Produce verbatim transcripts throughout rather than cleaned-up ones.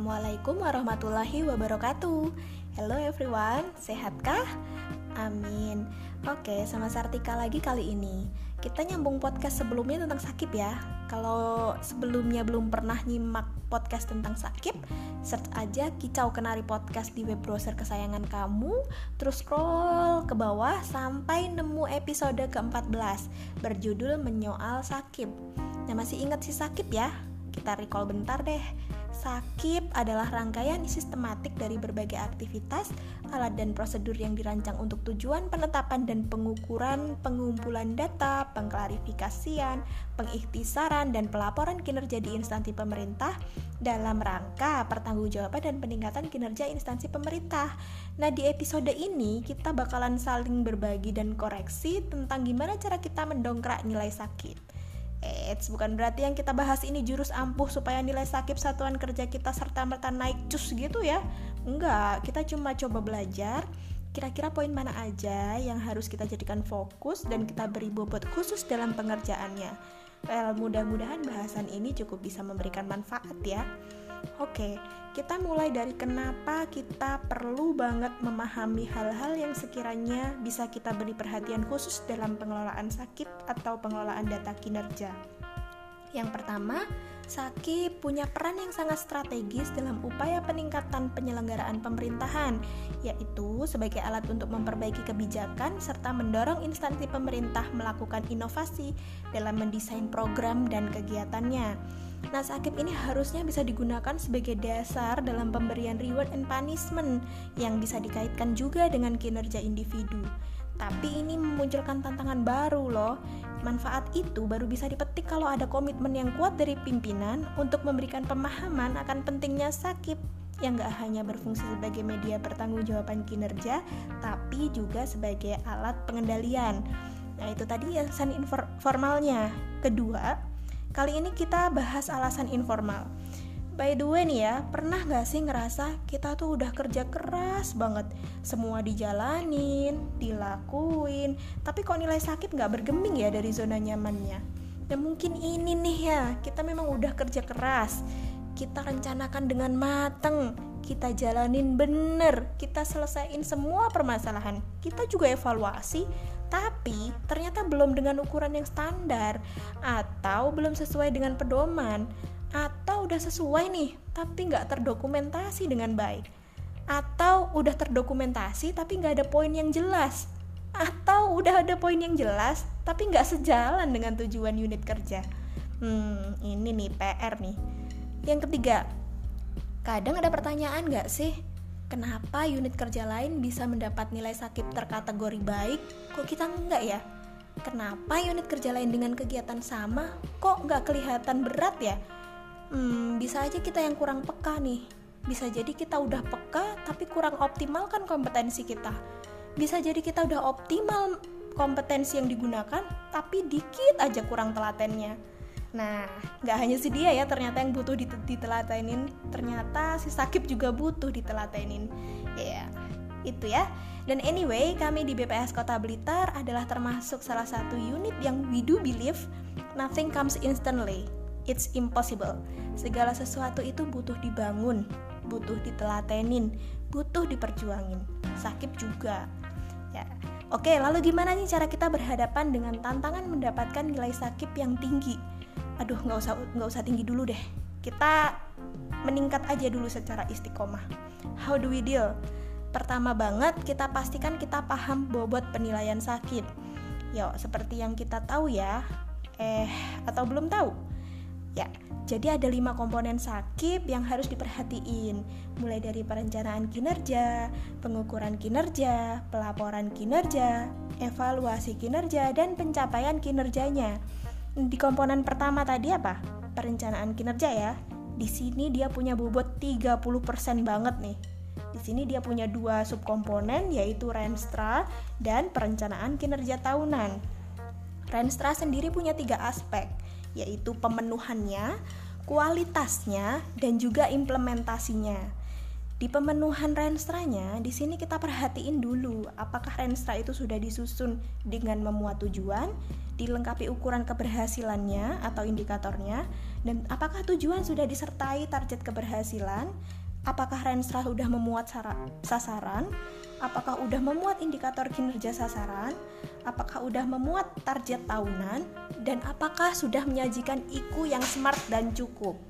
Assalamualaikum warahmatullahi wabarakatuh. Hello everyone, sehatkah? Amin. Oke, sama Sartika lagi kali ini. Kita nyambung podcast sebelumnya tentang sakit ya. Kalau sebelumnya belum pernah nyimak podcast tentang sakit, search aja Kicau Kenari Podcast di web browser kesayangan kamu, terus scroll ke bawah sampai nemu episode keempat belas berjudul Menyoal Sakit. Nah, masih ingat si sakit ya? Kita recall bentar deh. Sakit adalah rangkaian sistematik dari berbagai aktivitas, alat dan prosedur yang dirancang untuk tujuan penetapan dan pengukuran, pengumpulan data, pengklarifikasian, pengikhtisaran, dan pelaporan kinerja di instansi pemerintah dalam rangka pertanggungjawaban dan peningkatan kinerja instansi pemerintah. Nah, di episode ini kita bakalan saling berbagi dan koreksi tentang gimana cara kita mendongkrak nilai sakit. Eits, bukan berarti yang kita bahas ini jurus ampuh supaya nilai sakit satuan kerja kita serta-merta naik cus gitu ya. Enggak, kita cuma coba belajar kira-kira poin mana aja yang harus kita jadikan fokus dan kita beri bobot khusus dalam pengerjaannya. Well, mudah-mudahan bahasan ini cukup bisa memberikan manfaat ya. Oke, kita mulai dari kenapa kita perlu banget memahami hal-hal yang sekiranya bisa kita beri perhatian khusus dalam pengelolaan sakit atau pengelolaan data kinerja. Yang pertama, sakit punya peran yang sangat strategis dalam upaya peningkatan penyelenggaraan pemerintahan, yaitu sebagai alat untuk memperbaiki kebijakan serta mendorong instansi pemerintah melakukan inovasi dalam mendesain program dan kegiatannya. Nah, sakit ini harusnya bisa digunakan sebagai dasar dalam pemberian reward and punishment yang bisa dikaitkan juga dengan kinerja individu. Tapi ini memunculkan tantangan baru loh. Manfaat itu baru bisa dipetik kalau ada komitmen yang kuat dari pimpinan untuk memberikan pemahaman akan pentingnya sakit yang gak hanya berfungsi sebagai media pertanggungjawaban kinerja, tapi juga sebagai alat pengendalian. Nah, itu tadi alasan informalnya. Kedua, kali ini kita bahas alasan informal. By the way nih ya, pernah gak sih ngerasa kita tuh udah kerja keras banget, semua dijalanin, dilakuin, tapi kok nilai sakit gak bergeming ya dari zona nyamannya? Dan mungkin ini nih ya, kita memang udah kerja keras, kita rencanakan dengan mateng, kita jalanin bener, kita selesaiin semua permasalahan, kita juga evaluasi, tapi ternyata belum dengan ukuran yang standar, atau belum sesuai dengan pedoman, atau udah sesuai nih tapi gak terdokumentasi dengan baik, atau udah terdokumentasi tapi gak ada poin yang jelas, atau udah ada poin yang jelas tapi gak sejalan dengan tujuan unit kerja. Hmm, ini nih P R nih. Yang ketiga, kadang ada pertanyaan gak sih, kenapa unit kerja lain bisa mendapat nilai sakit terkategori baik, kok kita enggak ya? Kenapa unit kerja lain dengan kegiatan sama kok gak kelihatan berat ya? Hmm, bisa aja kita yang kurang peka nih. Bisa jadi kita udah peka tapi kurang optimal kan kompetensi kita. Bisa jadi kita udah optimal kompetensi yang digunakan tapi dikit aja kurang telatennya. Nah, gak hanya si dia ya ternyata yang butuh ditelatenin, ternyata si sakit juga butuh ditelatenin. Ya, yeah, itu ya. Dan anyway, kami di B P S Kota Blitar adalah termasuk salah satu unit yang we do believe nothing comes instantly. It's impossible. Segala sesuatu itu butuh dibangun, butuh ditelatenin, butuh diperjuangin. Sakit juga. Ya. Oke, lalu gimana nih cara kita berhadapan dengan tantangan mendapatkan nilai sakit yang tinggi? Aduh, nggak usah nggak usah tinggi dulu deh. Kita meningkat aja dulu secara istiqomah. How do we deal? Pertama banget, kita pastikan kita paham bobot penilaian sakit. Yo, seperti yang kita tahu ya. Eh, atau belum tahu? Ya, jadi ada lima komponen sakit yang harus diperhatiin, mulai dari perencanaan kinerja, pengukuran kinerja, pelaporan kinerja, evaluasi kinerja, dan pencapaian kinerjanya. Di komponen pertama tadi apa? Perencanaan kinerja ya. Di sini dia punya bobot tiga puluh persen banget nih. Di sini dia punya dua subkomponen, yaitu Renstra dan perencanaan kinerja tahunan. Renstra sendiri punya tiga aspek, yaitu pemenuhannya, kualitasnya, dan juga implementasinya. Di pemenuhan renstranya, di sini kita perhatiin dulu apakah renstra itu sudah disusun dengan memuat tujuan, dilengkapi ukuran keberhasilannya atau indikatornya, dan apakah tujuan sudah disertai target keberhasilan, apakah renstra sudah memuat sasaran, apakah sudah memuat indikator kinerja sasaran, apakah sudah memuat target tahunan, dan apakah sudah menyajikan I Q U yang smart dan cukup.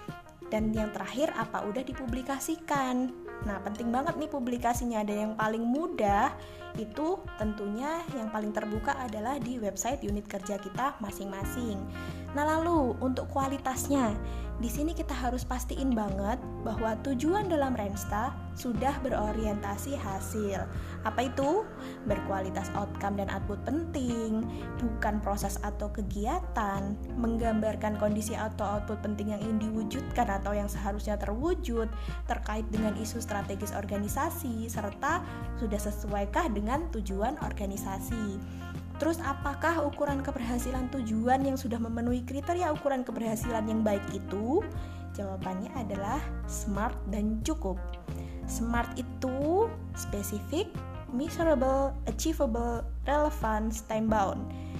Dan yang terakhir, apa udah dipublikasikan. Nah, penting banget nih publikasinya. Dan yang paling mudah itu tentunya yang paling terbuka adalah di website unit kerja kita masing-masing. Nah, lalu untuk kualitasnya, di sini kita harus pastiin banget bahwa tujuan dalam Renstra sudah berorientasi hasil. Apa itu? Berkualitas outcome dan output penting, bukan proses atau kegiatan, menggambarkan kondisi atau output penting yang ingin diwujudkan atau yang seharusnya terwujud, terkait dengan isu strategis organisasi, serta sudah sesuaikah dengan tujuan organisasi. Terus apakah ukuran keberhasilan tujuan yang sudah memenuhi kriteria ukuran keberhasilan yang baik itu? Jawabannya adalah SMART dan cukup. SMART itu spesifik, measurable, achievable, relevant, time bound.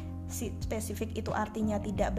Spesifik itu artinya tidak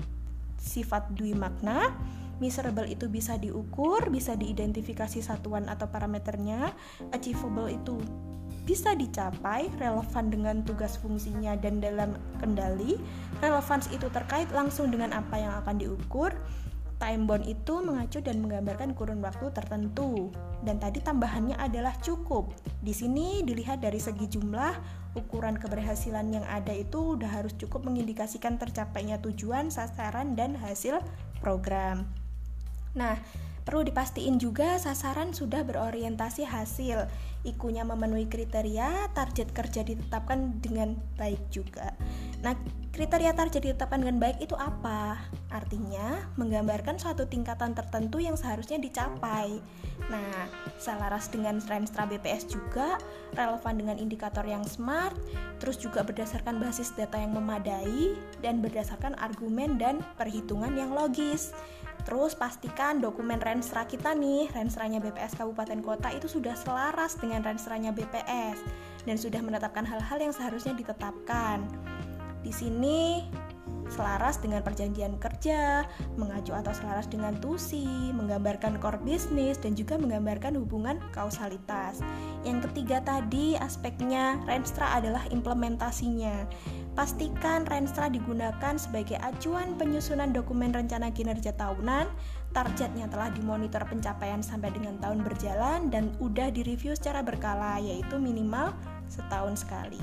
bersifat dui makna. Measurable itu bisa diukur, bisa diidentifikasi satuan atau parameternya. Achievable itu bisa dicapai, relevan dengan tugas fungsinya dan dalam kendali. Relevance itu terkait langsung dengan apa yang akan diukur. Time bound itu mengacu dan menggambarkan kurun waktu tertentu. Dan tadi tambahannya adalah cukup. Di sini dilihat dari segi jumlah, ukuran keberhasilan yang ada itu udah harus cukup mengindikasikan tercapainya tujuan, sasaran, dan hasil program. Nah, perlu dipastiin juga sasaran sudah berorientasi hasil, I Q U-nya memenuhi kriteria, target kerja ditetapkan dengan baik juga. Nah, kriteria target ditetapkan dengan baik itu apa? Artinya, menggambarkan suatu tingkatan tertentu yang seharusnya dicapai. Nah, selaras dengan Renstra B P S juga, relevan dengan indikator yang SMART, terus juga berdasarkan basis data yang memadai, dan berdasarkan argumen dan perhitungan yang logis. Terus pastikan dokumen Renstra kita nih, Renstranya B P S Kabupaten Kota itu sudah selaras dengan Renstranya B P S dan sudah menetapkan hal-hal yang seharusnya ditetapkan. Di sini selaras dengan perjanjian kerja, mengacu atau selaras dengan tusi, menggambarkan core business, dan juga menggambarkan hubungan kausalitas. Yang ketiga tadi aspeknya Renstra adalah implementasinya. Pastikan Renstra digunakan sebagai acuan penyusunan dokumen rencana kinerja tahunan, targetnya telah dimonitor pencapaian sampai dengan tahun berjalan, dan udah direview secara berkala, yaitu minimal setahun sekali.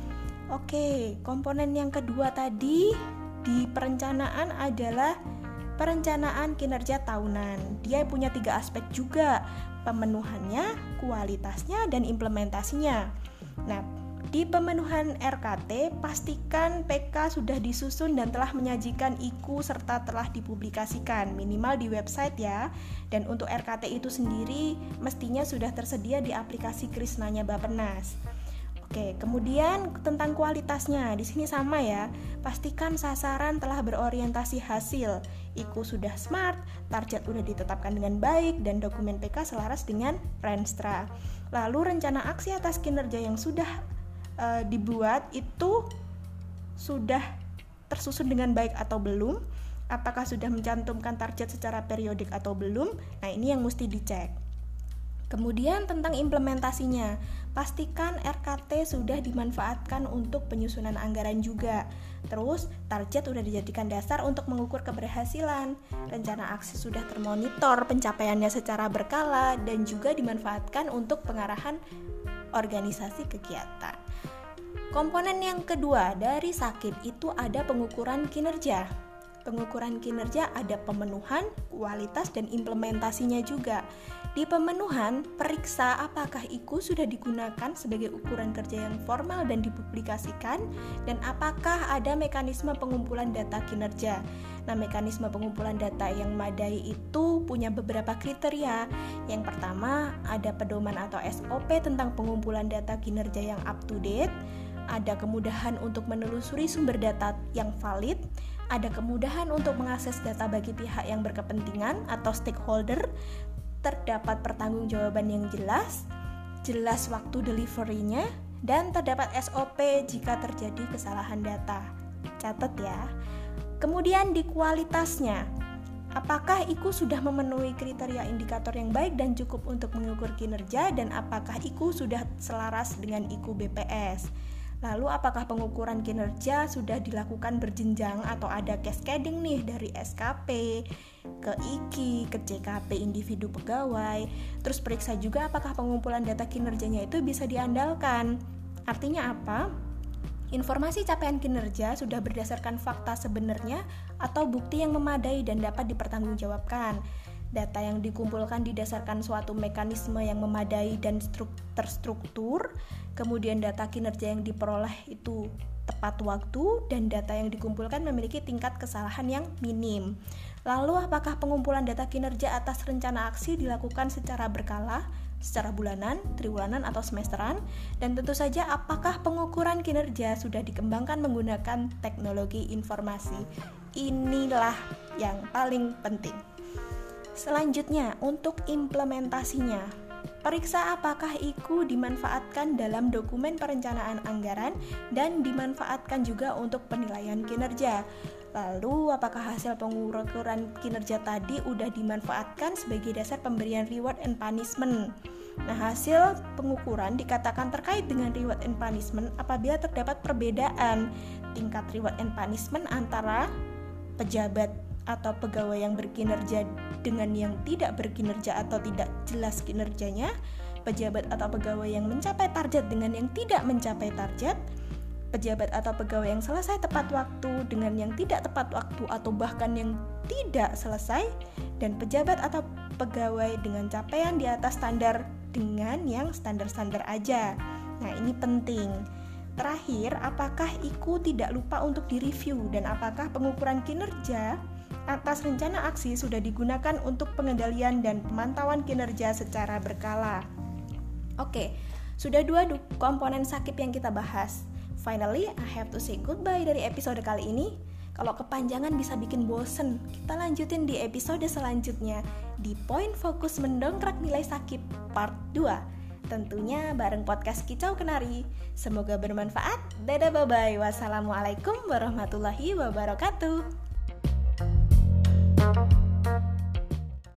Oke, komponen yang kedua tadi di perencanaan adalah perencanaan kinerja tahunan. Dia punya tiga aspek juga, pemenuhannya, kualitasnya, dan implementasinya. Nah, di pemenuhan R K T, pastikan P K sudah disusun dan telah menyajikan I Q U serta telah dipublikasikan, minimal di website ya. Dan untuk R K T itu sendiri mestinya sudah tersedia di aplikasi Krisnanya Bappenas. Oke, kemudian tentang kualitasnya, di sini sama ya. Pastikan sasaran telah berorientasi hasil, I Q U sudah SMART, target sudah ditetapkan dengan baik, dan dokumen P K selaras dengan Renstra. Lalu rencana aksi atas kinerja yang sudah uh, dibuat itu sudah tersusun dengan baik atau belum? Apakah sudah mencantumkan target secara periodik atau belum? Nah, ini yang mesti dicek. Kemudian tentang implementasinya, pastikan R K T sudah dimanfaatkan untuk penyusunan anggaran juga. Terus, target sudah dijadikan dasar untuk mengukur keberhasilan. Rencana aksi sudah termonitor pencapaiannya secara berkala dan juga dimanfaatkan untuk pengarahan organisasi kegiatan. Komponen yang kedua dari SAKIP itu ada pengukuran kinerja. Pengukuran kinerja ada pemenuhan, kualitas, dan implementasinya juga. Di pemenuhan, periksa apakah I Q U sudah digunakan sebagai ukuran kerja yang formal dan dipublikasikan, dan apakah ada mekanisme pengumpulan data kinerja. Nah, mekanisme pengumpulan data yang memadai itu punya beberapa kriteria. Yang pertama, ada pedoman atau S O P tentang pengumpulan data kinerja yang up to date, ada kemudahan untuk menelusuri sumber data yang valid, ada kemudahan untuk mengakses data bagi pihak yang berkepentingan atau stakeholder, terdapat pertanggungjawaban yang jelas, jelas waktu delivery-nya, dan terdapat S O P jika terjadi kesalahan data. Catat ya. Kemudian di kualitasnya, apakah I Q sudah memenuhi kriteria indikator yang baik dan cukup untuk mengukur kinerja, dan apakah I Q sudah selaras dengan I Q B P S? Lalu apakah pengukuran kinerja sudah dilakukan berjenjang atau ada cascading nih dari S K P ke I K I, ke C K P individu pegawai. Terus periksa juga apakah pengumpulan data kinerjanya itu bisa diandalkan. Artinya apa? Informasi capaian kinerja sudah berdasarkan fakta sebenarnya atau bukti yang memadai dan dapat dipertanggungjawabkan. Data yang dikumpulkan didasarkan suatu mekanisme yang memadai dan terstruktur. Kemudian data kinerja yang diperoleh itu tepat waktu, dan data yang dikumpulkan memiliki tingkat kesalahan yang minim. Lalu apakah pengumpulan data kinerja atas rencana aksi dilakukan secara berkala, secara bulanan, triwulanan, atau semesteran? Dan tentu saja apakah pengukuran kinerja sudah dikembangkan menggunakan teknologi informasi? Inilah yang paling penting. Selanjutnya, untuk implementasinya, periksa apakah I Q dimanfaatkan dalam dokumen perencanaan anggaran dan dimanfaatkan juga untuk penilaian kinerja. Lalu, apakah hasil pengukuran kinerja tadi udah dimanfaatkan sebagai dasar pemberian reward and punishment? Nah, hasil pengukuran dikatakan terkait dengan reward and punishment apabila terdapat perbedaan tingkat reward and punishment antara pejabat atau pegawai yang berkinerja dengan yang tidak berkinerja atau tidak jelas kinerjanya, pejabat atau pegawai yang mencapai target dengan yang tidak mencapai target, pejabat atau pegawai yang selesai tepat waktu dengan yang tidak tepat waktu atau bahkan yang tidak selesai, dan pejabat atau pegawai dengan capaian di atas standar dengan yang standar-standar aja. Nah, ini penting. Terakhir, apakah I Q tidak lupa untuk direview, dan apakah pengukuran kinerja atas rencana aksi sudah digunakan untuk pengendalian dan pemantauan kinerja secara berkala. Oke, sudah dua du- komponen sakit yang kita bahas. Finally, I have to say goodbye dari episode kali ini. Kalau kepanjangan bisa bikin bosen, kita lanjutin di episode selanjutnya di Poin Fokus Mendongkrak Nilai Sakit Part dua. Tentunya bareng podcast Kicau Kenari. Semoga bermanfaat. Dadah, bye-bye. Wassalamualaikum warahmatullahi wabarakatuh.